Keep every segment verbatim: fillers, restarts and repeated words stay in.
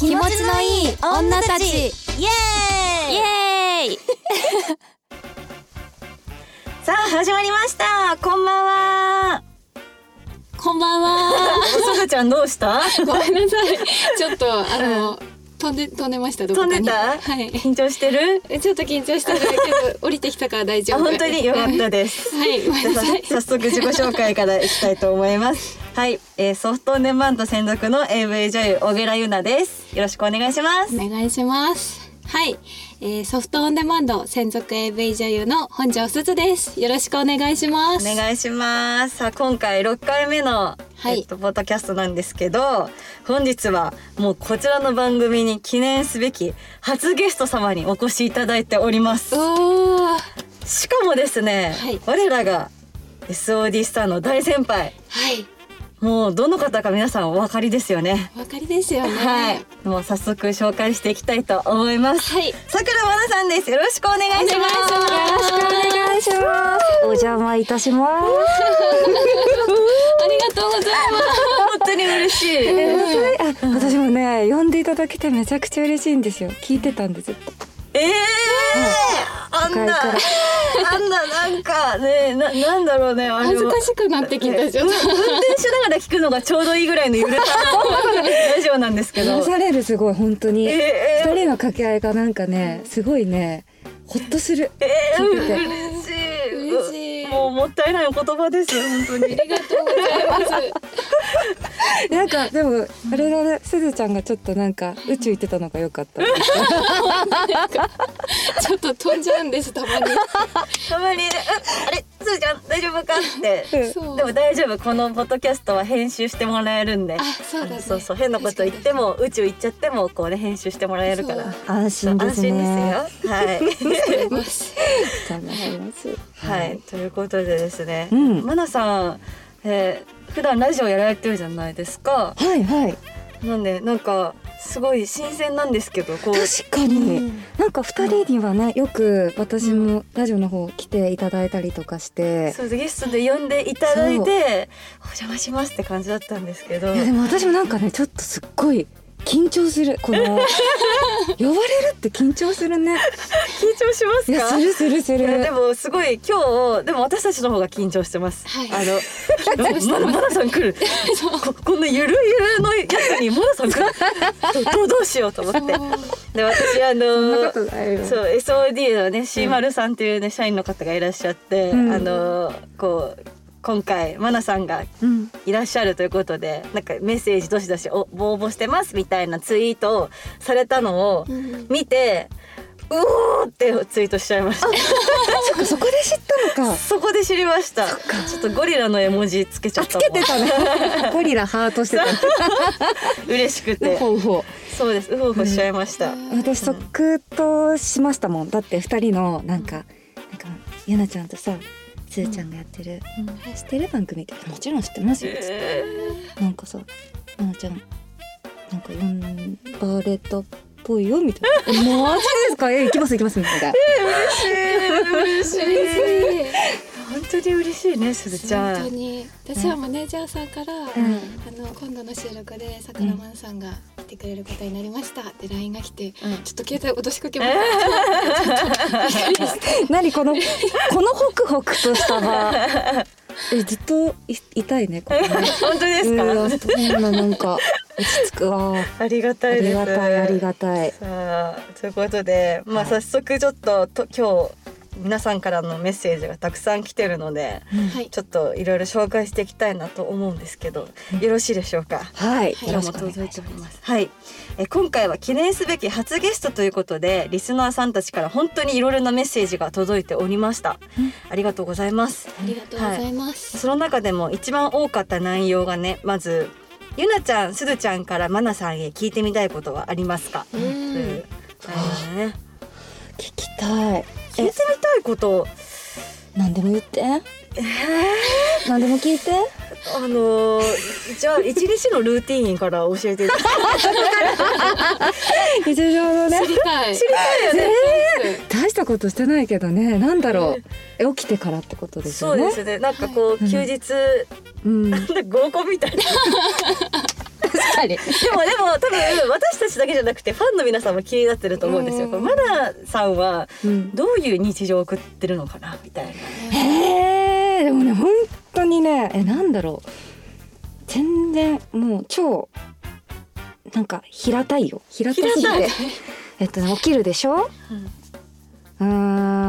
気持ちのいい女たち、イエーイイエーイさあ始まりました。こんばんは。 こんばんは。 すずちゃんどうした？ ごめんなさい。ちょっとあの飛んで飛んでました。どこかに飛んでた？ はい。 緊張してる？ ちょっと緊張してるけど降りてきたから大丈夫。 あ、本当に良かったです。 はい。ごめんなさい。 早速自己紹介からいきたいと思います。はい、えー、ソフトオンデマンド専属の エーブイ 女優小倉優奈です。よろしくお願いします。 お願いします。はい、えー、ソフトオンデマンド専属 エーブイ 女優の本庄すずです。よろしくお願いします。 お願いします。さあ今回ろっかいめの、はい、えっと、ポッドキャストなんですけど、本日はもうこちらの番組に記念すべき初ゲスト様にお越しいただいております。 おー、 しかもですね、はい、我らが エスオーディー スターの大先輩、 はい、 もうどの方か皆さんお分かりですよね。 お分かりですよね。 はい、もう早速紹介していきたいと思います。 はい、 さくらまなさんです。よろしくお願いします。 お願いします。 よろしくお願いします。お邪魔いたします。 ありがとうございます。 本当に嬉しい。 えー、あ、私もね呼んでいただけてめちゃくちゃ嬉しいんですよ。聞いてたんですよ。 ええー、あんなあんななんかね、な、なんだろうね、あれ恥ずかしくなってきた。ちょっと運転しながら聞くのがちょうどいいぐらいのゆるさのラジオなんですけど、 癒される。すごい本当に、 えー、 二人の掛け合いがなんかねすごいねほっとする。 えー、 聞いてて嬉しい。 嬉しい。 もうもったいないお言葉です本当に。 ありがとうございます。 なんかでもあれだね、すずちゃんがちょっとなんか宇宙行ってたのが良かった。 ちょっと飛んじゃうんですたまに。 たまにね、あれすずちゃん大丈夫かって。 そうでも大丈夫、このポッドキャストは編集してもらえるんで。 あ、そうだね。 そうそう、変なこと言っても宇宙行っちゃってもこうね編集してもらえるから。 安心ですね。 安心ですよ。はい。 ます。 頑張ります。 はい、ということでですね、 うん、 まなさん、えー、普段ラジオやられてるじゃないですか。 はいはい。 なんでなんかすごい新鮮なんですけど、こう確かに、うん、なんかふたりにはねよく私もラジオの方来ていただいたりとかして、 そうゲストで呼んでいただいてお邪魔しますって感じだったんですけど、 いやでも私もなんかねちょっとすっごい緊張する。この呼ばれるって緊張するね。 緊張しますか？ いやするするする。 でもすごい今日でも私たちの方が緊張してます。 はい、 あのまなさん来るこ, こんなゆるゆるのやつにまなさん来るど, どうしようと思ってで私あのそう エスオーディー のね シーマル さんっていうね社員の方がいらっしゃって、うん、あのこう今回マナさんがいらっしゃるということで、うん、なんかメッセージどしどし応募してますみたいなツイートをされたのを見て、うん、うおーってツイートしちゃいました。 そ, そこで知ったのか。 そこで知りました。ちょっとゴリラの絵文字つけちゃった。 つけてたね。ゴリラハートしてた。 嬉しくて。 うほうほう。そうです。うほうほしちゃいました。うん、 私即答しましたもん。だって二人のなんか、なんかゆなちゃんとさ。すーちゃんがやってる、うん、知ってる番組ってもちろん知ってますよ、えー、なんかさななちゃんなんかヨンバーレットっぽいよみたいなマジですか？え行きます行きますみたいな、 えー、嬉しい嬉しい本当に嬉しいねすずちゃん。 本当に私はマネージャーさんから、うん、あの今度の収録でさくらまんさんが来てくれることになりましたって ライン が来て、うん、ちょっと携帯落としかけました。 何このこのホクホクとした場えずっと い, いたいねここね。 本当ですか？ うん、なんか落ち着くわ。 ありがたいです。 ありがたいありがたい。 さあということで、まあ、早速ちょっとと今日皆さんからのメッセージがたくさん来てるので、うん、ちょっといろいろ紹介していきたいなと思うんですけど、うん、よろしいでしょうか？ はい、 よろしくお願いします。はい、え今回は記念すべき初ゲストということでリスナーさんたちから本当にいろいろなメッセージが届いておりました、うん、ありがとうございます。 ありがとうございます、 はい、その中でも一番多かった内容がね、まずゆなちゃん、すずちゃんからまなさんへ聞いてみたいことはありますか？うん、という内容ね。 聞きたい。 聞いてみたいこと何でも言って、えー、何でも聞いて。 あのー、じゃあ一日のルーティーンから教えて日常のね知りたい知りたいよね、 えー、大したことしてないけどね、なんだろう、え起きてからってことですよね。 そうですね、なんかこう、はい、休日、うん、なんだ合コンみたいなかに。 でもでも多分私たちだけじゃなくてファンの皆さんも気になってると思うんですよ。マナさんはどういう日常を送ってるのかなみたいな。 へー、でもね本当にね、えなんだろう、全然もう超なんか平たいよ。平たすぎてえっとね起きるでしょ、うん、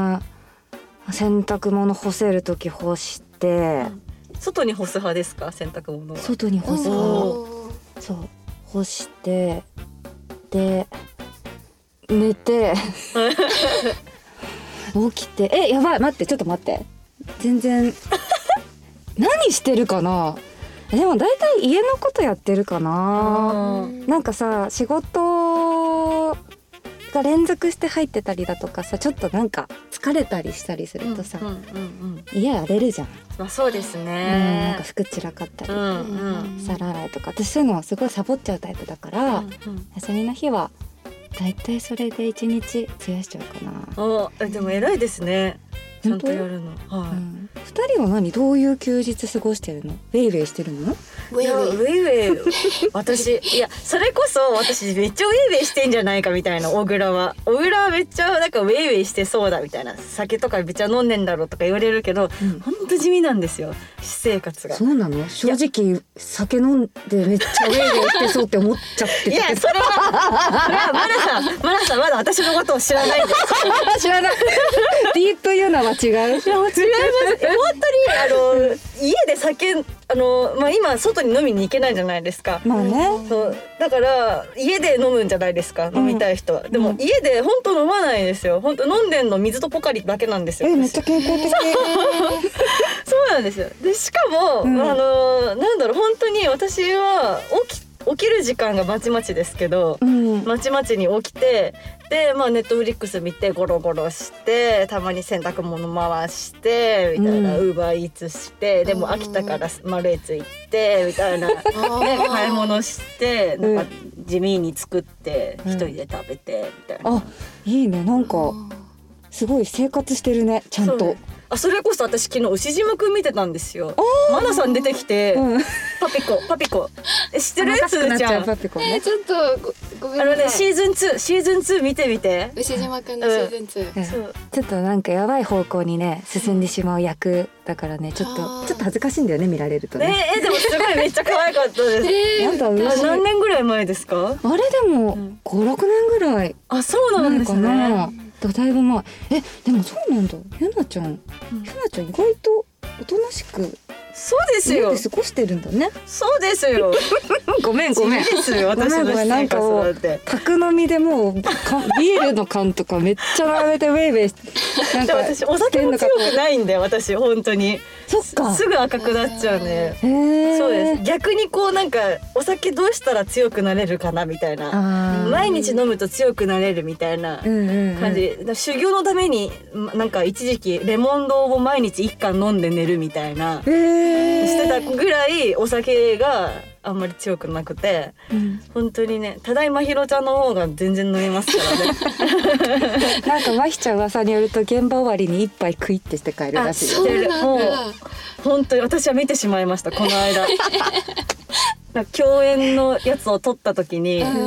うーん洗濯物干せるとき干して、うん、 外に干す派ですか？洗濯物は外に干す派。そう干してで寝て起きて、えやばい待ってちょっと待って全然何してるかな。でも大体家のことやってるかな。なんかさ仕事が連続して入ってたりだとかさ、ちょっとなんか疲れたりしたりするとさ、うんうんうんうん、家荒れるじゃん。 まあそうですね、 うん、なんか服散らかったり、うんうん、皿洗いとか私そういうのはすごいサボっちゃうタイプだから、うんうん、休みの日はだいたいそれで一日費やしちゃうかな。 おでも偉いですね、ちゃんとやるの、はい、うん、 ふたりは何どういう休日過ごしてるの？ウェイウェイしてるの？ ウェイウェイウェイウェイ私いやそれこそ私めっちゃウェイウェイしてんじゃないかみたいな。小倉は小倉はめっちゃなんかウェイウェイしてそうだみたいな、酒とかめっちゃ飲んでんだろうとか言われるけど、うん、ほんと地味なんですよ私生活が。 そうなの？正直酒飲んでめっちゃウェイウェイしてそうって思っちゃってたけど。いやそれはそれはマナさんマナさんまだ私のことを知らないんです知らないディープユナは違う。いや違います。 本当にあの家で酒あの、まあ、今外に飲みに行けないじゃないですか。 まあね。 そうだから家で飲むんじゃないですか、飲みたい人は、うん、でも家で本当飲まないですよ。本当飲んでんの水とポカリだけなんですよ。 えめっちゃ健康的そうなんですよ。でしかも、うん、あのなんだろう本当に私は起き起きる時間がまちまちですけど、うん、まちまちに起きてで、まあ、ネットフリックス見てゴロゴロしてたまに洗濯物回してみたいな、ウーバーイーツしてでも飽きたからマルエツ行ってみたいな、ね、買い物してなんか地味に作って一人で食べてみたいな、うん、 あいいねなんかすごい生活してるねちゃんと。 あそれこそ私昨日牛島くん見てたんですよ。マナさん出てきて、うん、パピコパピコ知ってる？すずちゃんパピコ、ね、 ちょっと ご, ごめんなさい。 あのねシーズンツーシーズンツー見てみて。 牛島くんのシーズンツー、 うん、そうちょっとなんかやばい方向にね進んでしまう役だからねちょっとちょっと恥ずかしいんだよね見られるとね。 ねえでもすごいめっちゃ可愛かったです。 えー、なんか嬉しい。 何年ぐらい前ですか？ あれでもご、ろくねんぐらい。 あそうなんですね。 だいぶ前。えでもそうなんだ。ゆなちゃん、うん、ゆなちゃん意外とおとなしくそうですよ家で過ごしてるんだね。 そうですよごめんごめんですよ私の生活なんて。 宅飲みでもうビールの缶とかめっちゃ並べてウェイウェイなんか私お酒も強くないんで私本当にそっかすぐ赤くなっちゃうね。そうです。逆にこうなんかお酒どうしたら強くなれるかなみたいな、毎日飲むと強くなれるみたいな感じ、うんうんうん、修行のためになんか一時期レモン堂を毎日一缶飲んで寝るみたいなしてたぐらいお酒があんまり強くなくて、うん、本当にねただいまひろちゃんの方が全然飲みますからねなんかまひちゃん噂によると現場終わりに一杯クイってして帰るらしい。 そうなんだ。もう本当に私は見てしまいましたこの間共演のやつを撮った時に、うん、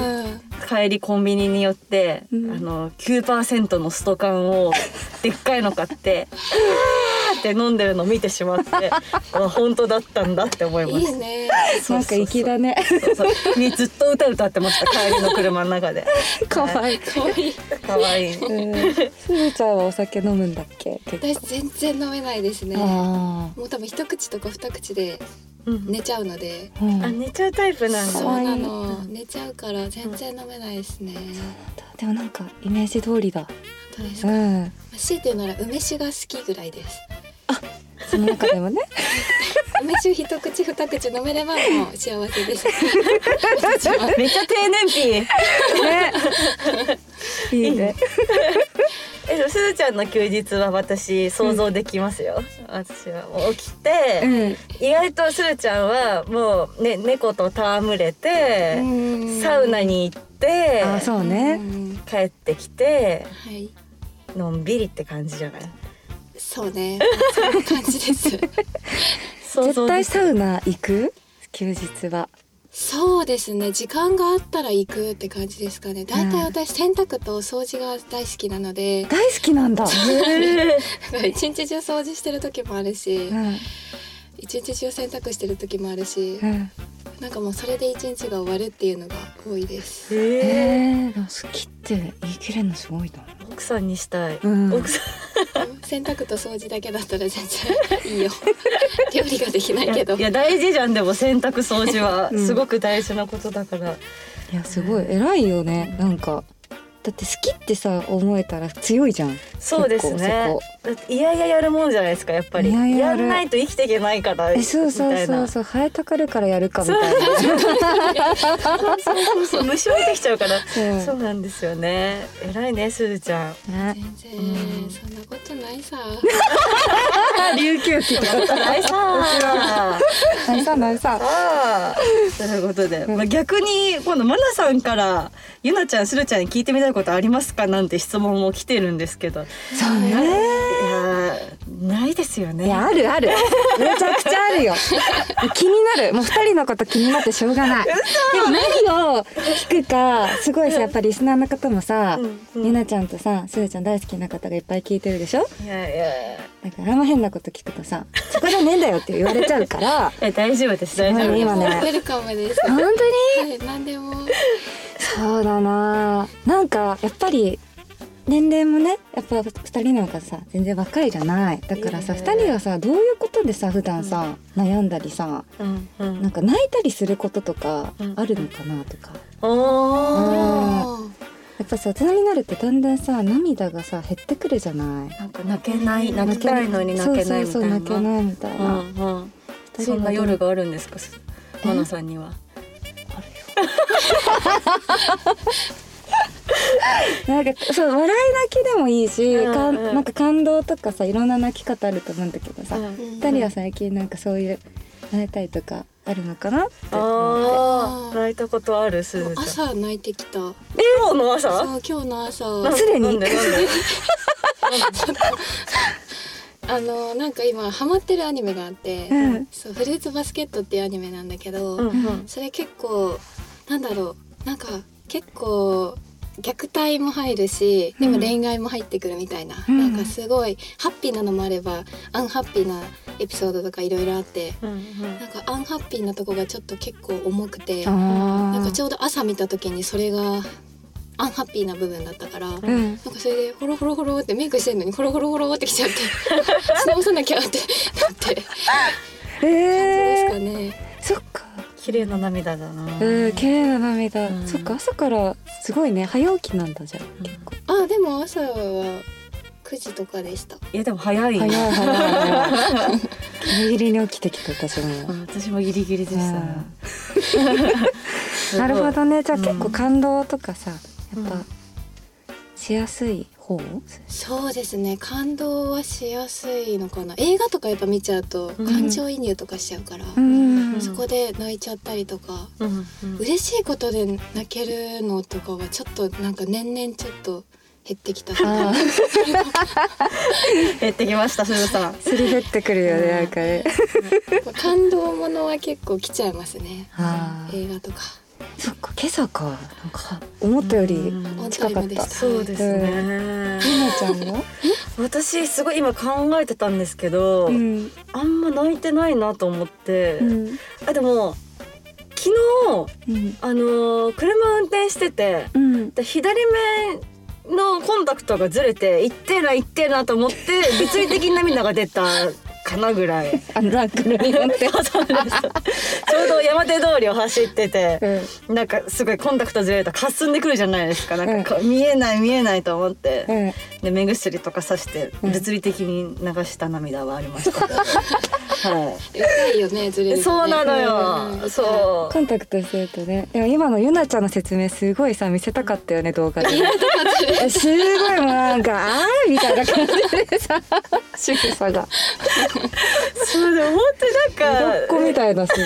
帰りコンビニに寄って、うん、あの きゅうパーセント のスト缶をでっかいの買ってって飲んでるのを見てしまって本当だったんだって思いました。 いいね。 なんか粋だね。 そうそうにずっと歌歌ってました帰りの車の中で。 かわいいかわいいかわいい。 すずちゃんはお酒飲むんだっけ？ 私全然飲めないですね。もう多分一口とか二口で寝ちゃうので、 うん、あ寝ちゃうタイプなんだ。 そうなの、寝ちゃうから全然飲めないですね。 でもなんかイメージ通りだ。 本当ですか？うん、強いて言うなら梅酒が好きぐらいです。 あその中でもね梅酒一口二口飲めればもう幸せですめっちゃ低燃費ねいいねえすずちゃんの休日は私想像できますよ、うん、私はもう起きて、うん、意外とすずちゃんはもう、ね、猫と戯れてサウナに行ってあそうね帰ってきて、はい、のんびりって感じじゃない？ そうねそういう感じです絶対サウナ行く？休日はそうですね、時間があったら行くって感じですかね。だいたい私洗濯と掃除が大好きなので、 大好きなんだ。 一日中掃除してる時もあるし、うん、一日中洗濯してる時もあるし、うん、なんかもうそれで一日が終わるっていうのが多いです。 へー、好きって言い切れるのすごいな。 奥さんにしたい、 うん、 奥さん洗濯と掃除だけだったら全然いいよ料理ができないけど。 いや、いや大事じゃん。でも洗濯掃除はすごく大事なことだから、うん、 いやすごい偉いよね。なんかだって好きってさ思えたら強いじゃん。 そうですね。だっていやいややるもんじゃないですか、やっぱり。いやいややんないと生きていけないからみたいな。 そうそうそうそう、生えたかるからやるかみたいな。 そうそう、虫置いてきちゃうから。そうそうなんですよね。偉いね、すずちゃん。 全然、うん、そんなことないさ。 琉球期とかないさ。 ないさないさ。 ということで、まあ、逆に今度マナさんからゆなちゃん、するちゃんに聞いてみたいことありますかなんて質問も来てるんですけど。 そうね。 いやないですよね。 いやあるある。めちゃくちゃあるよ。気になる。もう二人のこと気になってしょうがない。でも何を聞くかすごいさ、やっぱりリスナーの方もさ、うんうん、ゆなちゃんとさ、すずちゃん大好きな方がいっぱい聞いてるでしょ。 いやいや。 だからあんま変なこと聞くとさ、そこじゃねえんだよって言われちゃうから。 え大丈夫です大丈夫です。 今ね。ウェルカムです。 本当に？ はい、何でも。 そうだな。なんかやっぱり年齢もね、やっぱふたりの方がさ全然若いじゃない。だからさ、ふたりがさどういうことでさ普段さ、うん、悩んだりさ、うんうん、なんか泣いたりすることとかあるのかなとか、うんうん、やっぱさ大人になるってだんだんさ涙がさ減ってくるじゃない。 なんか泣けない泣きたいのに泣けないみたいな。 そうそうそう泣けないみたいな、うんうん、 そんな夜があるんですか、マナさんには。 あるよ。なんかそう笑い泣きでもいいし、うんうん、かなんか感動とかさいろんな泣き方あると思うんだけどさ、うんうん、ふたりは最近なんかそういう泣いたりとかあるのかなって。 あ泣いたことある。すずちゃん朝泣いてきた。 え今日の朝？ そう今日の朝すでになんでなんであのなんか今ハマってるアニメがあって、うん、そうフルーツバスケットっていうアニメなんだけど、うんうん、それ結構なんだろうなんか結構虐待も入るしでも恋愛も入ってくるみたいな、うん、なんかすごいハッピーなのもあればアンハッピーなエピソードとかいろいろあって、うんうん、なんかアンハッピーなとこがちょっと結構重くて、なんかちょうど朝見た時にそれがアンハッピーな部分だったから、うん、なんかそれでホロホロホロってメイクしてるのにホロホロホロってきちゃって直さなきゃってなってえー、 感じですかね。 そっか綺麗な涙だな。 うん綺麗な涙、うん、そっか朝からすごいね早起きなんだじゃあ、うん、結構。 あでも朝はくじとかでした。 いやでも早い早い早い早いギリギリに起きてきた私も、 うん、私もギリギリでした、ね、 なるほどね。じゃあ結構感動とかさ、うん、やっぱしやすい方？ そうですね感動はしやすいのかな。映画とかやっぱ見ちゃうと感情移入とかしちゃうから、うん、そこで泣いちゃったりとか、うんうん、嬉しいことで泣けるのとかはちょっとなんか年々ちょっと減ってきた。 減ってきましたすずさん。 すり減ってくるよねなんかね。 感動ものは結構来ちゃいますね映画とか。 そっか今朝かなんか思ったより近かった。 そうですね。 ゆなちゃんは？ 私すごい今考えてたんですけど、うん、あんま泣いてないなと思って、うん、あでも昨日、うん、あの車運転してて、うん、で左目のコンタクトがずれていってえな行ってえなと思って物理的に涙が出たかなぐらい。 あなんか乗ってちょうど山手通りを走ってて、うん、なんかすごいコンタクトずれるとかすんでくるじゃないですか。なんかこう見えない見えないと思って、うん、で目薬とかさして物理的に流した涙はありました、ね。はい。 痛いよねずれる、ね。 そうなのよ。うん、そう。 コンタクトするとね。でも今のゆなちゃんの説明すごいさ見せたかったよね動画で。すごいもうなんかあーみたいな感じでさ仕草が。 そうでも本当なんか。 江戸っ子みたいなすごい。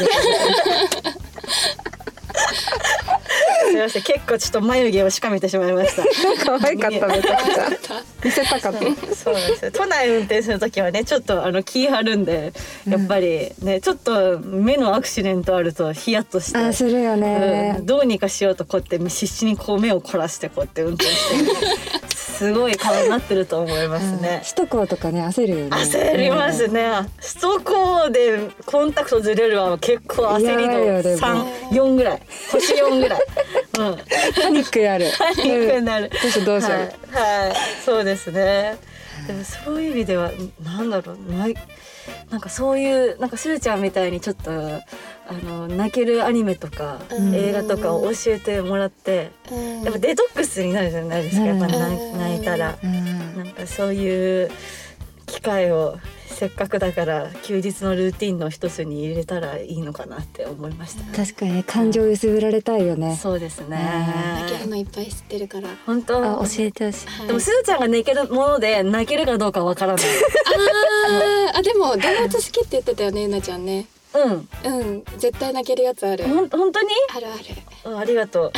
すみません結構ちょっと眉毛をしかめてしまいました。 可愛かっためちゃくちゃ。 見せたかったそうなんですよ。都内運転する時はねちょっとあの気張るんでやっぱりね、うん、ちょっと目のアクシデントあるとヒヤッとしてあするよね、 うん、どうにかしようとこうやって必死にこう目を凝らしてこうやって運転してすごい顔になってると思いますね、 うん、首都高とかね焦るよね。 焦りますね、うん、首都高でコンタクトずれるは結構焦りのさん、よんぐらい星よんぐらい、うん、 パニックやるパニックになる、 うん、どうしようどうしよう、 はい、はい、そうですね。でもそういう意味ではなんだろうないなんかそういうなんかしゅうちゃんみたいにちょっとあの泣けるアニメとか映画とかを教えてもらってやっぱデトックスになるじゃないですか。やっぱ泣いたらなんかそういう機会をせっかくだから休日のルーティンの一つに入れたらいいのかなって思いました。 確かに、ね、感情を揺すぶられたいよね。 そうですね。 泣けるのいっぱい知ってるから本当あ教えてほしい、 はい、でもすずちゃんが泣けるもので泣けるかどうかわからないああでも動物好きって言ってたよねゆなちゃんね。 うんうん絶対泣けるやつある。 ほん本当にあるある。 あ, ありがとう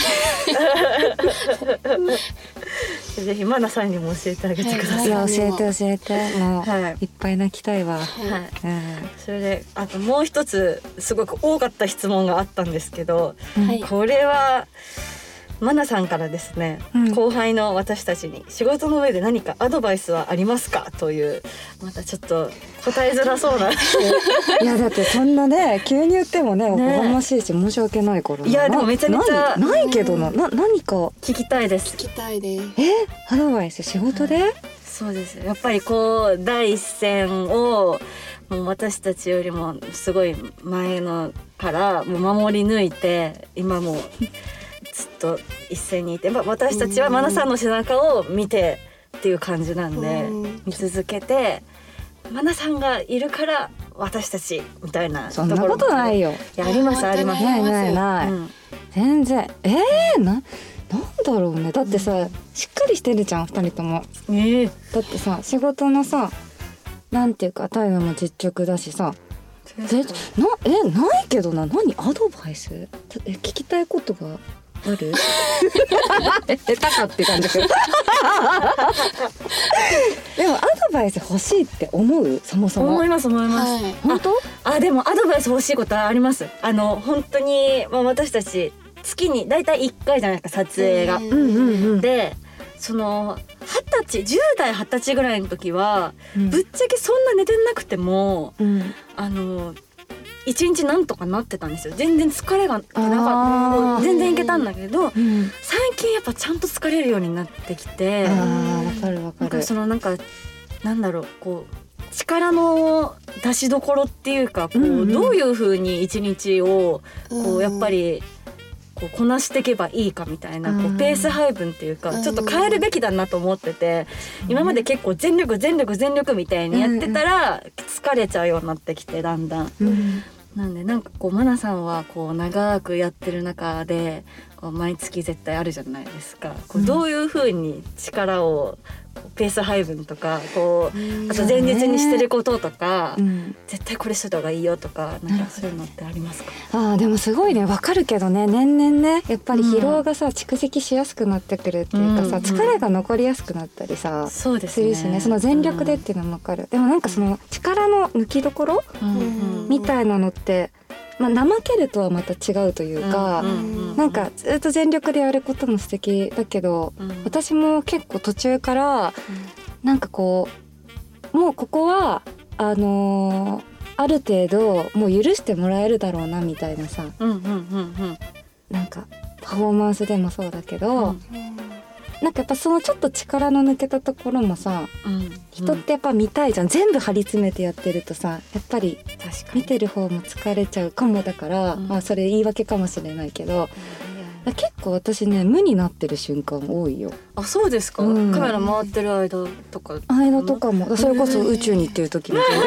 ぜひマナさんにも教えてあげてください。 はい、いや教えて教えてもう、はい、いっぱい泣きたいわ、はいうん、それであともう一つすごく多かった質問があったんですけど、はい、これはマナさんからですね、うん、後輩の私たちに仕事の上で何かアドバイスはありますかというまたちょっと答えづらそうないやだってそんなね急に言ってもねおこがましいし申し訳ないから、 いやでもめちゃめちゃなないけどな、な何か聞きたいです。 聞きたいです。 えアドバイス仕事で、うん、 そうですやっぱりこう第一線をもう私たちよりもすごい前のからもう守り抜いて今もずっと一斉にいて、まあ、私たちはマナさんの背中を見てっていう感じなんで見続けてマナさんがいるから私たちみたいなそんなことないよ。 いやありますありますないないない、うん、全然えー、ななんだろうねだってさ、うん、しっかりしてるじゃんふたりとも、 えー、 だってさ仕事のさなんていうか態度も実直だしさぜなえないけどな何アドバイスえ聞きたいことがあるえ下手かって感じでもアドバイス欲しいって思うそもそも。 思います思います、 はい、本当あ, あでもアドバイス欲しいことはあります。あの本当に、まあ、私たち月にだいたいいっかいじゃないですか撮影が、うんうんうん、でその二十歳じゅう代二十歳ぐらいの時は、うん、ぶっちゃけそんな寝てなくても、うん、あの一日なんとかなってたんですよ。全然疲れがなかった全然いけたんだけど、うん、最近やっぱちゃんと疲れるようになってきて、 あわかるわかる。 なんかそのなんかなんだろうこう力の出しどころっていうかこう、うんうん、どういう風に一日をこうやっぱりこうこなしていけばいいかみたいなこうペース配分っていうかちょっと変えるべきだなと思ってて、今まで結構全力全力全力みたいにやってたら疲れちゃうようになってきてだんだん、うん、なんでなんかこうマナさんはこう長くやってる中でこう毎月絶対あるじゃないですか。こうどういう風に力をペース配分とかこうあと前日にしてることとか、うん、絶対これしといた方がいいよとかなんかそういうのってありますか？ あでもすごいねわかるけどね年々ねやっぱり疲労がさ、うん、蓄積しやすくなってくるっていうかさ、うん、疲れが残りやすくなったりさ、うん、 そうですね、 するしねその全力でっていうのもわかる、うん、でもなんかその力の抜きどころ、うん、みたいなのってまあ、怠けるとはまた違うというか、うんうんうんうん、なんかずっと全力でやることも素敵だけど、うん、私も結構途中から、うん、なんかこうもうここはあのー、ある程度もう許してもらえるだろうなみたいなさ、うんうんうんうん、なんかパフォーマンスでもそうだけど、うん、なんかやっぱそのちょっと力の抜けたところもさ、うんうん、人ってやっぱ見たいじゃん。全部張り詰めてやってるとさやっぱり見てる方も疲れちゃうかもだから、うん、まあそれ言い訳かもしれないけど、うん、結構私ね無になってる瞬間多いよ。 あそうですか、うん、カメラ回ってる間とか間とかもそれこそ宇宙に行ってる時みたい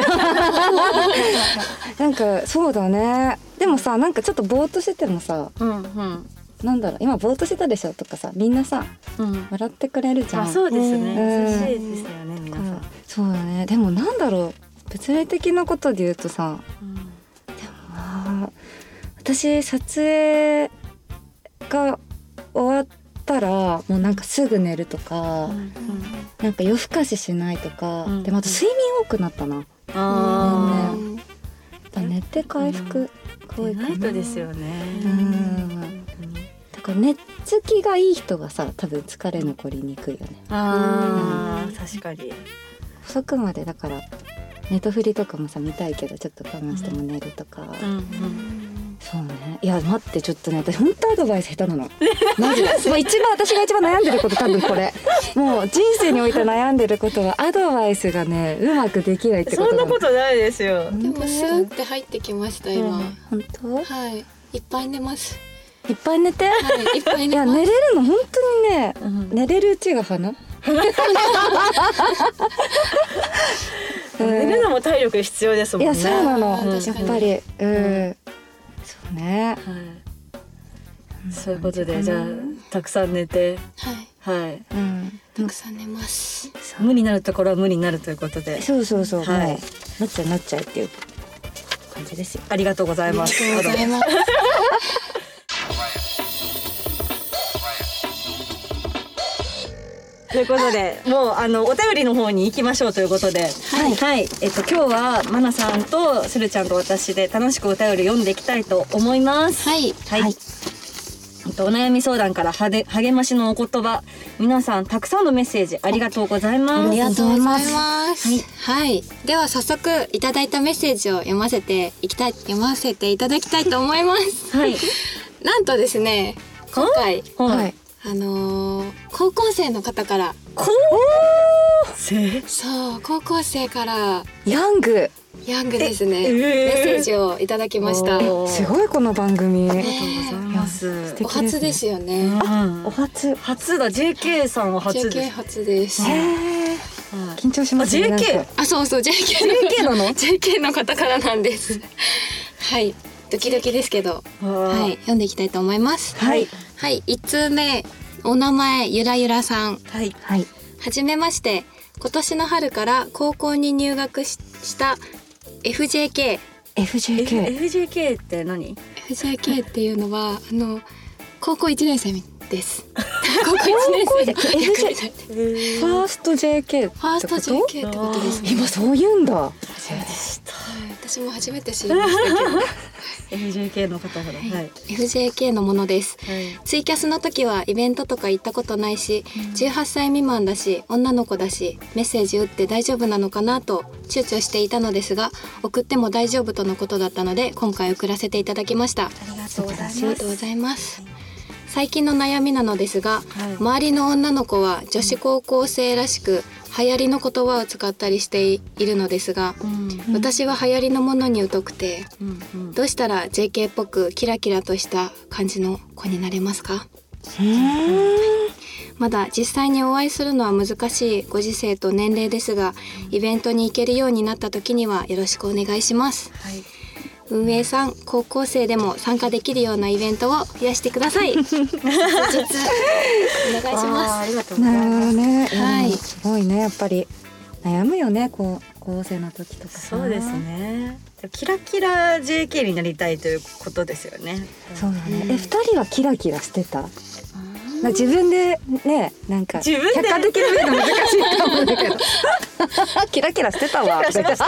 ななんかそうだね。でもさなんかちょっとぼーっとしててもさ、うんうんなんだろう今ぼーっとしてたでしょとかさみんなさ、うん、笑ってくれるじゃん。 あそうですね、うん、優しいですよね皆さん。 そうだね。でもなんだろう物理的なことで言うとさ、うん、でもまあ私撮影が終わったら、 はもうなんかすぐ寝るとか、うん、なんか夜更かししないとか、うん、でまた睡眠多くなったな。あ、ね、やっぱ寝て回復が多いかな。 ナイトですよね。 うん、だから寝つきがいい人がさ多分疲れ残りにくいよね。 あ、うん、確かに。 遅くまでだからネットフリとかもさ見たいけどちょっと我慢しても寝るとか、うんうん、そうね。いや待ってちょっとね私本当アドバイス下手なのマジでもう一番私が一番悩んでること多分これもう人生において悩んでることはアドバイスがねうまくできないってことなの。 そんなことないですよ。 でもスーって入ってきました今、うん、 本当？ はいいっぱい寝ます。 いっぱい寝て、はい、 いっぱい寝ます。 いや寝れるの本当にね、うん、寝れるうちが花寝るのも体力必要ですもんね。 いやそうなの、うん、やっぱり、うん、そうね、はい、 そういうことでじゃあたくさん寝て、 はいはい、うん、たくさん寝ます。 無になるところは無になるということで、 そうそうそう、はい、なっちゃうなっちゃうっていう感じですよ。 ありがとうございます。 ありがとうございますということでもうあのお便りの方に行きましょうということで、はい、はい、えっと今日はマナさんとスルちゃんと私で楽しくお便り読んでいきたいと思います。 はい、 はい、はい、えっとお悩み相談からはで励ましのお言葉、皆さんたくさんのメッセージありがとうございます。 ありがとうございます。はい、はい、では早速いただいたメッセージを読ませていきたい読ませていただきたいと思います。 はい、 なんとですね今回、 はい、 あのー、高校生の方から高校生そう高校生からヤングヤングですね、えー、メッセージをいただきました。 すごいこの番組、 ありがとうございます。 ね、お初ですよね、 うん、お初初だ ジェーケー さんは初です。 ジェーケー 初です。 へー、緊張しますね。 あ ジェーケーあそうそう ジェーケージェーケー なのジェーケー の方からなんですはいドキドキですけど、はい、読んでいきたいと思います。 はいはい、いち通目お名前ゆらゆらさん。 はいはい。 はじめまして。今年の春から高校に入学 し, した エフジェーケー。 エフジェーケー。 エフジェーケー って何？ エフジェーケー っていうのはあの高校いちねん生です。高校いちねん生。 ファースト ジェーケー ってこと？ ファースト ジェーケー ってことですね。 今そう言うんだ。 そうでした。私も初めて知りましたけど。 エフジェーケー の方から、はいはい、 エフジェーケー のものです、 はい、 ツイキャスの時はイベントとか行ったことないし、うん、じゅうはっさい未満だし女の子だしメッセージ打って大丈夫なのかなと躊躇していたのですが、送っても大丈夫とのことだったので今回送らせていただきました。ありがとうございます。 ありがとうございます。最近の悩みなのですが、はい、周りの女の子は女子高校生らしく流行りの言葉を使ったりしているのですが、うん、私は流行りのものに疎くて、うんうん、どうしたら ジェーケー っぽくキラキラとした感じの子になれますか？まだ実際にお会いするのは難しいご時世と年齢ですが、イベントに行けるようになった時にはよろしくお願いします。はい、運営さん、高校生でも参加できるようなイベントを増やしてください。実お願いします。 ありがとうございます。 ね、 はい、 すごいね、やっぱり悩むよね、こう高校生の時とか。 そうですね。キラキラ ジェーケー になりたいということですよね。 そうだね。え、二人はキラキラしてた？自分でね、なんか自分で客観的に見るの難しいと思うんだけどキラキラしてたわ。 キラキラしました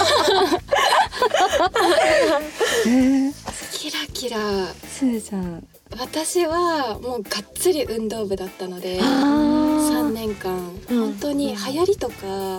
えー、 キラキラすーちゃん。 私はもうがっつり運動部だったのでさんねんかん本当に流行りとか、うん、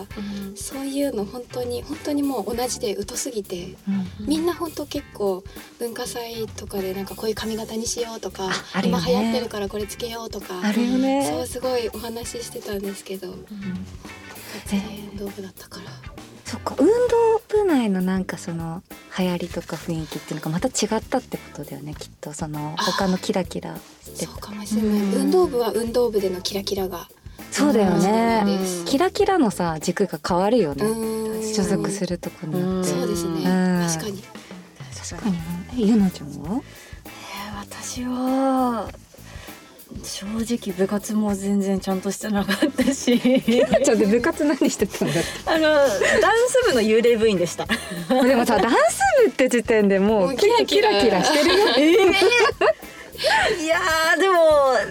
そういうの本当に本当にもう同じで疎すぎて、うん、みんな本当結構文化祭とかでなんかこういう髪型にしようとか、ね、今流行ってるからこれつけようとかあるよね。 そうすごいお話ししてたんですけど、うん、がっつり運動部だったから。 そっか、運動部内のなんかその流行りとか雰囲気っていうのがまた違ったってことだよね、きっと。その他のキラキラしてた。そうかもしれない。運動部は運動部でのキラキラが。 そうだよね。キラキラのさ軸が変わるよね。所属するとこによって。 そうですね。確かに。 確かに。え、ゆなちゃんは？ えー、私は。正直部活も全然ちゃんとしてなかったし。 ゆなちゃんで部活何してたんだって。 あのダンス部の幽霊部員でした。 でもさ、ダンス部って時点でもうキラキラキラしてるよ。 えーいやーでも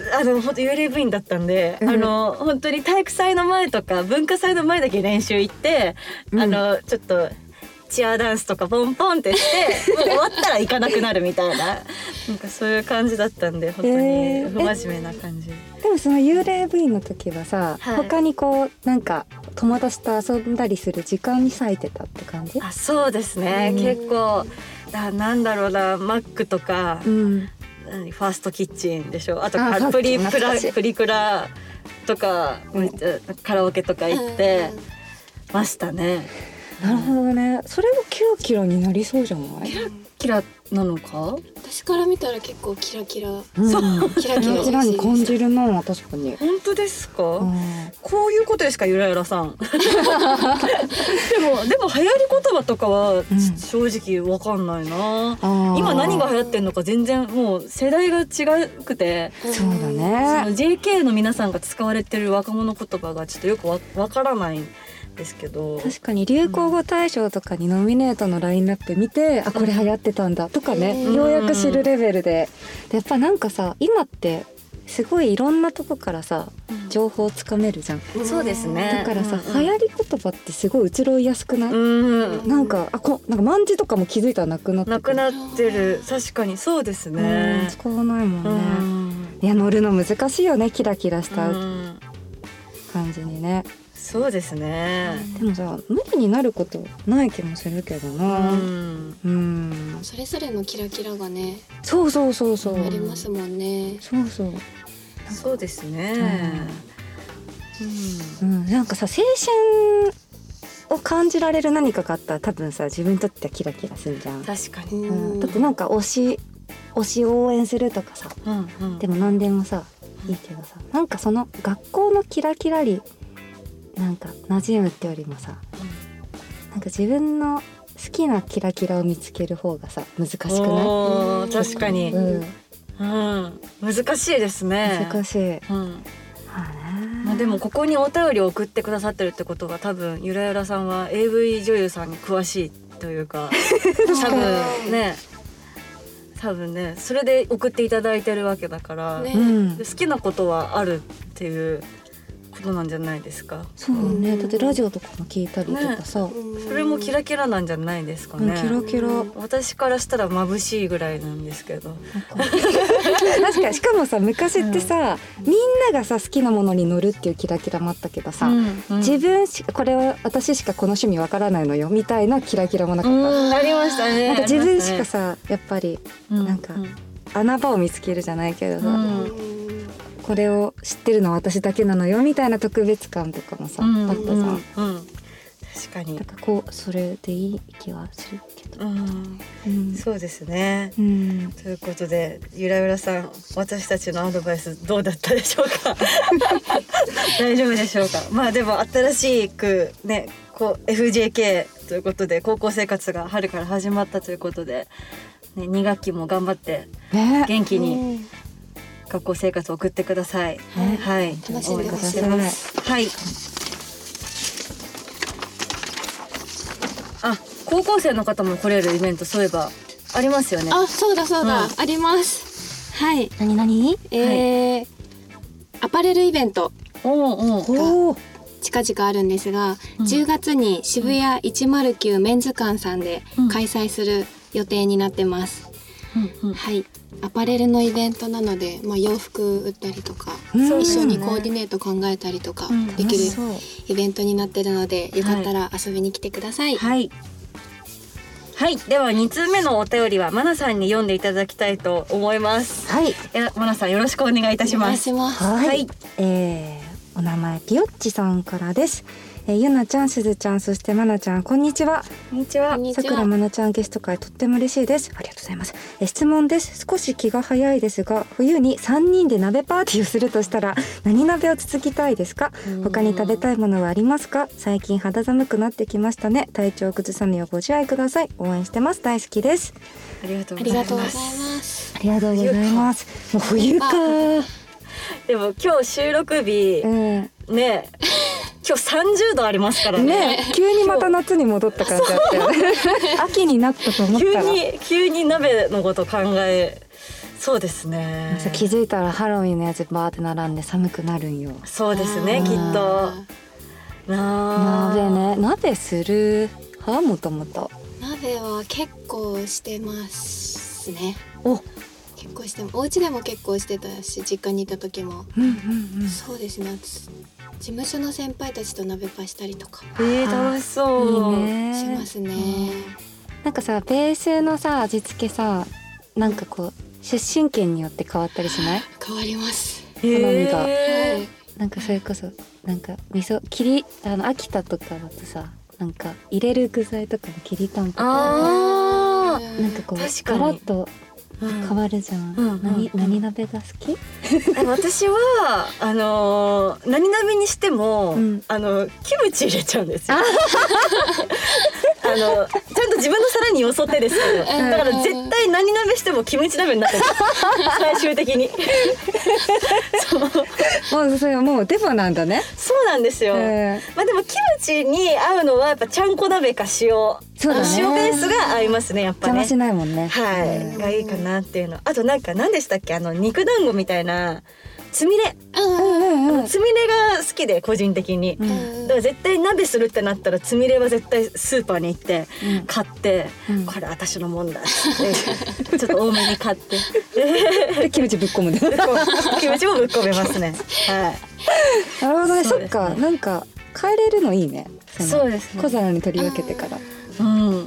あの本当幽霊部員だったんで、うん、あの本当に体育祭の前とか文化祭の前だけ練習行って、うん、あのちょっとチアダンスとかポンポンってしてもう終わったら行かなくなるみたいななんかそういう感じだったんで本当に不真面目な感じ、 えー、でもその幽霊部員の時はさ、はい、他にこうなんか友達と遊んだりする時間に割いてたって感じ？ あ、そうですね、うん、結構あなんだろうなマックとか、うん、ファーストキッチンでしょ、あとあプリプラプリクラとか、うん、カラオケとか行ってましたね。 なるほどね。それもキラキラになりそうじゃない？ キラキラなのか？ 私から見たら結構キラキラ、うん、 キラキラキラに感じるな。確かに。 本当ですか？うん、こういうことですか、ゆらゆらさん。でもでも流行り言葉とかは正直わかんないな、うん、今何が流行ってんのか全然もう世代が違くて、 そうだね。 その ジェーケー の皆さんが使われてる若者言葉がちょっとよくわわからないですけど、 確かに流行語大賞とかにノミネートのラインナップ見て、うん、あこれ流行ってたんだとかね、うん、ようやく知るレベルで、でやっぱなんかさ今ってすごいいろんなとこからさ、うん、情報をつかめるじゃん、 うん、そうですね。 だからさ、うん、流行り言葉ってすごい移ろいやすくない？うん、なんかあこなんか漢字とかも気づいたらなくなってなくなってる。確かにそうですね、 うん、使わないもんね、うん、いや乗るの難しいよね、キラキラした感じにね。 そうですね、 でもさ無理になることない気もするけどな、うんうん、それぞれのキラキラがね、 そうそうそうそうありますもんね。 そうそうそうですね、 うんうん、なんかさ青春を感じられる何かがあったら多分さ自分にとってはキラキラするじゃん。 確かに、 うん、だってなんか推し推しを応援するとかさ、うんうん、でも何でもさいいけどさ、なんかその学校のキラキラになんか馴染むってよりもさ、うん、なんか自分の好きなキラキラを見つける方がさ難しくない？ お確かに、うんうん、難しいですね。 難しい、うん、 はあね、まあ、でもここにお便りを送ってくださってるってことは多分ゆらゆらさんは エーブイ 女優さんに詳しいというか多分ね多分ねそれで送っていただいてるわけだから、ね、好きなことはあるっていうことなんじゃないですか。 そうね、うん、だってラジオとかも聞いたりとかさ、ね、 それもキラキラなんじゃないですかね、 うん、キラキラ私からしたら眩しいぐらいなんですけど確かにしかもさ昔ってさ、うん、みんながさ好きなものに乗るっていうキラキラもあったけどさ、うんうん、自分しこれは私しかこの趣味わからないのよみたいなキラキラもなかった。 うんありましたね。 なんか自分しかさやっぱりなんか穴場を見つけるじゃないけどさ、うんこれを知ってるのは私だけなのよみたいな特別感とかもさ、うん、あったじゃん、うんうん、 確かに。 だからこうそれでいい気はするけど、うんうん、そうですね、うん、ということでゆらゆらさん私たちのアドバイスどうだったでしょうか大丈夫でしょうか。まあでも新しくねこう エフジェーケー ということで高校生活が春から始まったということで、ね、に学期も頑張って元気に、ね学校生活を送ってください。 はい、はい、 楽しんでください。 はい。あ、高校生の方も来れるイベントそういえばありますよね。 あ、そうだそうだ、うん、あります。はい。 何何？ えーはい、アパレルイベントが近々あるんですが、うん、じゅうがつに渋谷いちまるきゅうメンズ館さんで開催する予定になってます。うんうん、はい。アパレルのイベントなので、まあ、洋服売ったりとか、うん、一緒にコーディネート考えたりとかできるイベントになってるので、うん、よかったら遊びに来てください。 はい、はい、ではに通目のお便りはマナさんに読んでいただきたいと思います。 はい、 マナさんよろしくお願いいたします。 お願いします。 はい、はい、えー、お名前ピヨッチさんからです。えー、ゆなちゃん、しずちゃん、そしてまなちゃん、こんにちは。 こんにちは。 さくらまなちゃんゲスト会とっても嬉しいです。ありがとうございます。えー、質問です。少し気が早いですが、冬にさんにんで鍋パーティーをするとしたら何鍋をつつきたいですか？他に食べたいものはありますか？最近肌寒くなってきましたね。体調を崩さぬようご自愛ください。応援してます。大好きです。 ありがとうございます。 ありがとうございます。 もう冬か。 でも今日収録日、うん、ね今日さんじゅうどありますからね。 ね急にまた夏に戻った感じあったよね秋になったと思ったら急に急に鍋のこと考えそうですね。 気づいたらハロウィンのやつバーって並んで寒くなるんよ。 そうですね、きっと。 鍋ね、鍋するはもともと。 鍋は結構してますね。 お、 結構しても、お家でも結構してたし、実家にいた時も、 うんうんうん、 そうですね。事務所の先輩たちと鍋パしたりとか、 えー、楽しそう。 いいね、 しますね、うん、 なんかさ、ベースのさ味付けさ、なんかこう出身県によって変わったりしない？ 変わります。 好みが、 はい、 なんかそれこそなんか味噌切り、あの秋田とかだとさ、なんか入れる具材とかもきりたんぽとか、あー、なんかこうガラッと変わるじゃん、うんうんうん、何, 何鍋が好き？ 私はあのー、何鍋にしても、うん、あのキムチ入れちゃうんですよ。あのちゃんと自分の皿によそってですけど、だから絶対何鍋してもキムチ鍋になってる最終的に。 そう、もうそれもうデフォなんだね。 そうなんですよ、えー、まあでもキムチに合うのはやっぱちゃんこ鍋か塩、そうだね、塩ベースが合いますね、やっぱね。 邪魔しないもんね。 はい、えー、がいいかなっていうの。あとなんか何でしたっけ、あの肉団子みたいなつみれ、うんうん、つみれが好きで個人的に、うん、だから絶対鍋するってなったらつみれは絶対スーパーに行って買って、うん、これ私のもんだってちょっと多めに買ってでキムチぶっ込むね。 キムチもぶっ込めますね。はい。 なるほどね。そっか、なんか変えれるのいいね。 そうですね。 小皿に取り分けてから。 うん。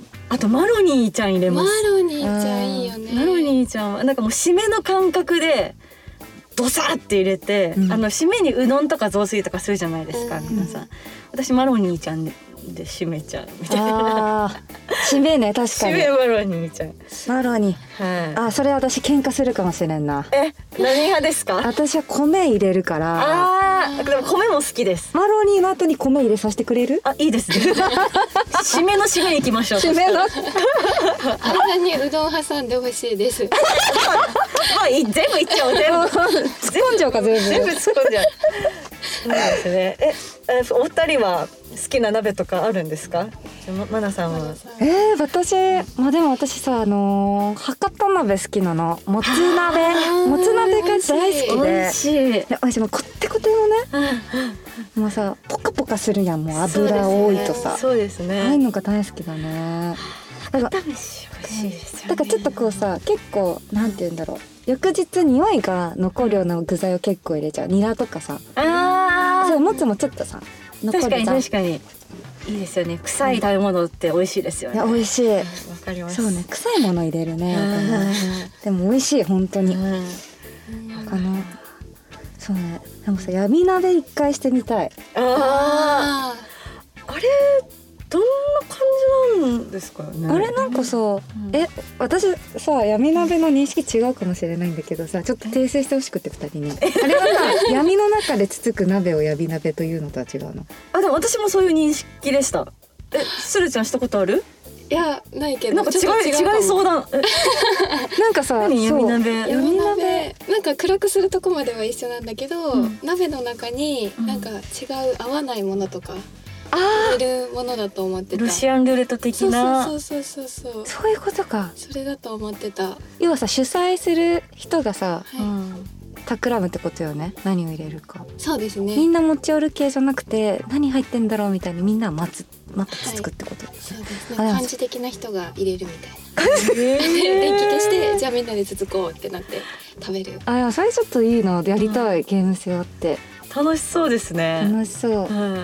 あとマロニーちゃん入れます。 マロニーちゃんいいよね。 マロニーちゃんはなんかもう締めの感覚でドサって入れて、うん、あの締めにうどんとか雑炊とかするじゃないですか、うん、皆さん。私マロニーちゃんでで締めちゃうみたいな。 あ締めね、確かに。 締めマロニーちゃん。 マロニー。はい。あ、それ私喧嘩するかもしれんな。 え、何派ですか？ 私は米入れるから。 ああ、でも米も好きです。 マロニーの後に米入れさせてくれる？ あ、いいですね。締めの締めに行きましょう。 締めの。 間にうどん挟んでほしいです。 まあ全部いっちゃおう。全部。 突っ込んじゃうか全部。 全部突っ込んじゃう。そうですね。え、お二人は好きな鍋とかあるんですか？マナさんは。 えー、私、まあでも私さ、あのー、博多鍋好きなの。もつ鍋、もつ鍋が大好きで。美味しい。私もこってこてのね、もうさポカポカするやん、もう油多いとさ。 そうですね。 ああいうのが大好きだね。 だから美味しいですよね。 だからちょっとこうさ、結構なんて言うんだろう。翌日匂いが残るような具材を結構入れちゃう。ニラとかさ。ああ。そう、もつもちょっとさ。 確かに確かに。いいですよね。臭い食べ物って美味しいですよね。 いや美味しい。わかります。 そうね、臭いもの入れるね。でも美味しい本当に。あのそうね。でもさ、闇鍋一回してみたい。 ああ。あれどんな感じなんですかね。 あれなんかさ、うん、え私さ闇鍋の認識違うかもしれないんだけどさ、ちょっと訂正してほしくてふたりに。あれはさ闇の中でつつく鍋を闇鍋というのとは違うの？ あ、でも私もそういう認識でした。え、スルちゃんしたことある？ いやないけど、 なんか違い違いそうだ。 なんかさ、 闇鍋闇鍋なんか暗くするとこまでは一緒なんだけど、うん、鍋の中になんか違う合わないものとか入れるものだと思ってた。 ロシアンルーレット的な。 そうそうそうそうそう。 そういうことか。 それだと思ってた。 要はさ、主催する人がさ、はい、うん、企むってことよね。何を入れるか。 そうですね。 みんな持ち寄る系じゃなくて、何入ってんだろうみたいにみんな待つ待ってつくってことですね。 はい、そうですね。漢字的な人が入れるみたいな。電気消してじゃあみんなでつつこうってなって食べる。 あ、いやそれちょっといいな。やりたい、うん、ゲーム性あって。 楽しそうですね。 楽しそう、うん、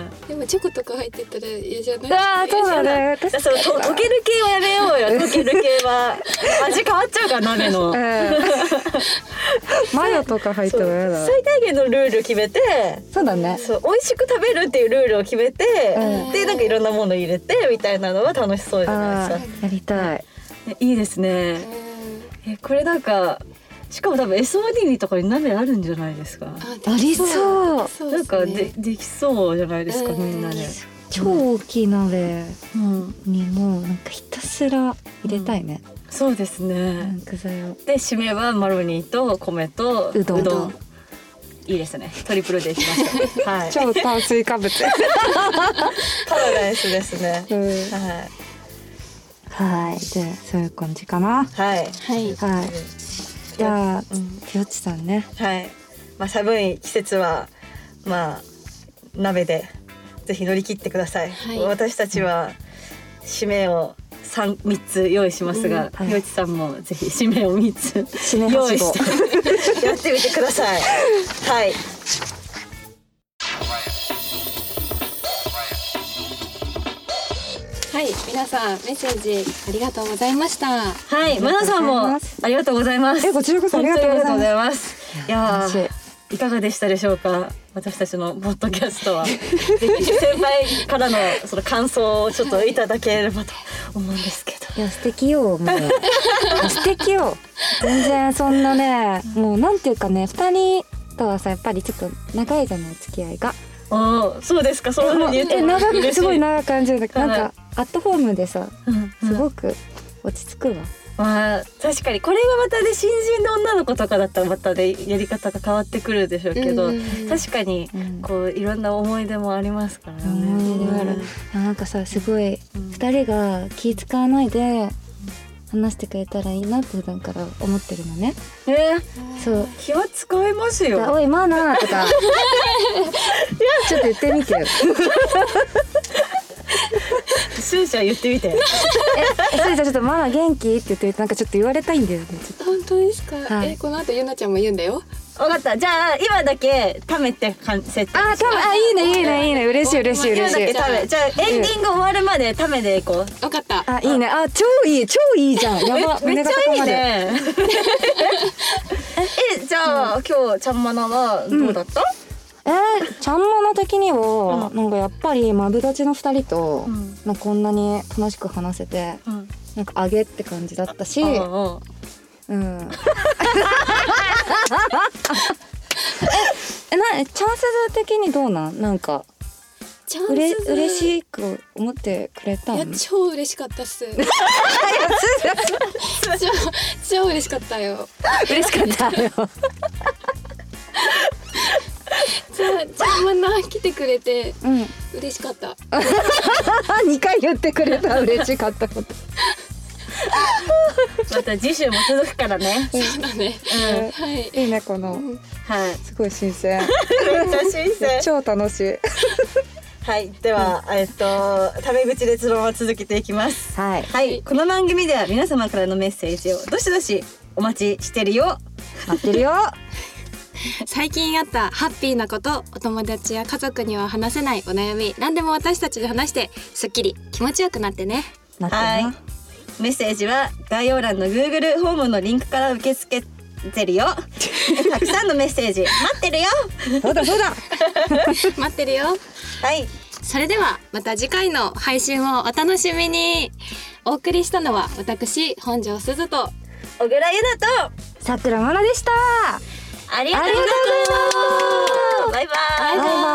でもチョコとか入ってたら嫌じゃない？ ああ、そうだね。 そう、溶ける系はやめようよ。溶ける系は味変わっちゃうから鍋の、えー、マヨとか入っても嫌だ。 最大限のルールを決めて、 そうだね。 そう、美味しく食べるっていうルールを決めて、うん、でなんかいろんなもの入れてみたいなのは楽しそうじゃないですか。 やりたい。 いいですね。え、これなんかしかも多分 エスオーディー とかに鍋あるんじなじゃいですか。 あ, ありそう。 そう、ね、なんか で, できそうじゃないですか、みんなで。 超大きい鍋にもなんかひたすら入れたいね。 うん、そうですね。 具材を。 で締めはマロニーと米とうどん。うどんいいですね。トリプルでいきましょう。はい。 超炭水化物。 パラダイスですね。うん、はい。 はい、じゃあそういう感じかな。 はいはいはい。 じゃあ、うん、ぴよっちさんね。 はい。まあ寒い季節はまあ鍋でぜひ乗り切ってください。はい、私たちは締めを三三つ用意しますが、ぴよっちさんもぜひ締めを三つ用意してやってみてください。はい。 はい、皆さんメッセージありがとうございました。 はい、マナさんもありがとうございます。 え、こちらこそありがとうございます。 いやー、いかがでしたでしょうか。私たちのポッドキャストはぜひ先輩からのその感想をちょっといただければと思うんですけど。 いや素敵よ、もう素敵よ。全然そんなね、もうなんていうかね、二人とはさやっぱりちょっと長いじゃない、付き合いが。 ああ、そうですか。そういう風に言ってえ、長くすごい長く感じるんだけど、なんかアットホームでさ、すごく落ち着くわ。 まあ確かにこれがまたで、ね、新人の女の子とかだったらまたで、ね、やり方が変わってくるでしょうけど、確かにこういろんな思い出もありますからね。 思い出ある。なんかさ、すごい二人が気使わないで話してくれたらいいなって普段から思ってるのね。 えー、そう。気は使いますよ。 おいマナーとかちょっと言ってみてよ。 スーちゃん言ってみて。 え、スーちゃんちょっとマナー元気って言ってなんかちょっと言われたいんだよね。 本当ですか。はい、え、この後ゆなちゃんも言うんだよ。 わかった。じゃあ今だけためてかん設定。 あ、ため、あ、いいねいいねいいね、嬉しい嬉しい嬉しい。 じゃあエンディング終わるまでためでいこう。 わかった。 あ、いいね。あ、超いい超いいじゃん。やば、 めっちゃいいね。え、じゃあ今日ちゃんまなはどうだった？ えー、ちゃんまな的には、うん、なんかやっぱりマブダチの二人と、うん、なんかこんなに楽しく話せて、うん、なんかあげって感じだったし、うん。え、え、な、チャンス的にどうなん？なんかうれ嬉しく思ってくれたの？ いや、超嬉しかったっす。超超嬉しかったよ。 嬉しかったよ。 じゃあ、じゃあまな来てくれて、うん、嬉しかった。 にかい言ってくれた、嬉しかったこと。 また次週も続くからね。 そうだね。 うん、はい。いいね、この、うん、はい、すごい新鮮。 めっちゃ新鮮。 超楽しい。 はい、では、うん、えっとタメ口でそのまま続けていきます。 はい。 はい、この番組では皆様からのメッセージをどしどしお待ちしてるよ。 待ってるよ。 最近あったハッピーなこと、お友達や家族には話せないお悩み、何でも私たちで話してすっきり気持ちよくなってね。 なってな。 はい。メッセージは概要欄の Google ホームのリンクから受け付けてるよ。たくさんのメッセージ待ってるよ。 そうだそうだ。 待ってるよ。 はい。 それではまた次回の配信をお楽しみに。お送りしたのは私本庄すずと小倉優奈とさくらまなでした。 ありがとうございます。バイバイ。 バイバイ。